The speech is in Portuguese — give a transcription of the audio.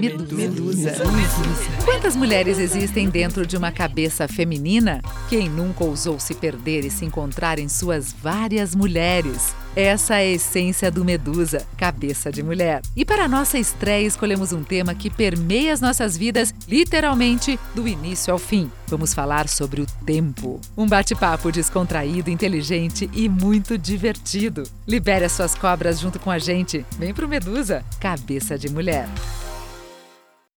Medusa. Quantas mulheres existem dentro de uma cabeça feminina? Quem nunca ousou se perder e se encontrar em suas várias mulheres? Essa é a essência do Medusa, cabeça de mulher. E para a nossa estreia, escolhemos um tema que permeia as nossas vidas, literalmente, do início ao fim. Vamos falar sobre o tempo. Um bate-papo descontraído, inteligente e muito divertido. Libere as suas cobras junto com a gente. Vem pro Medusa, cabeça de mulher.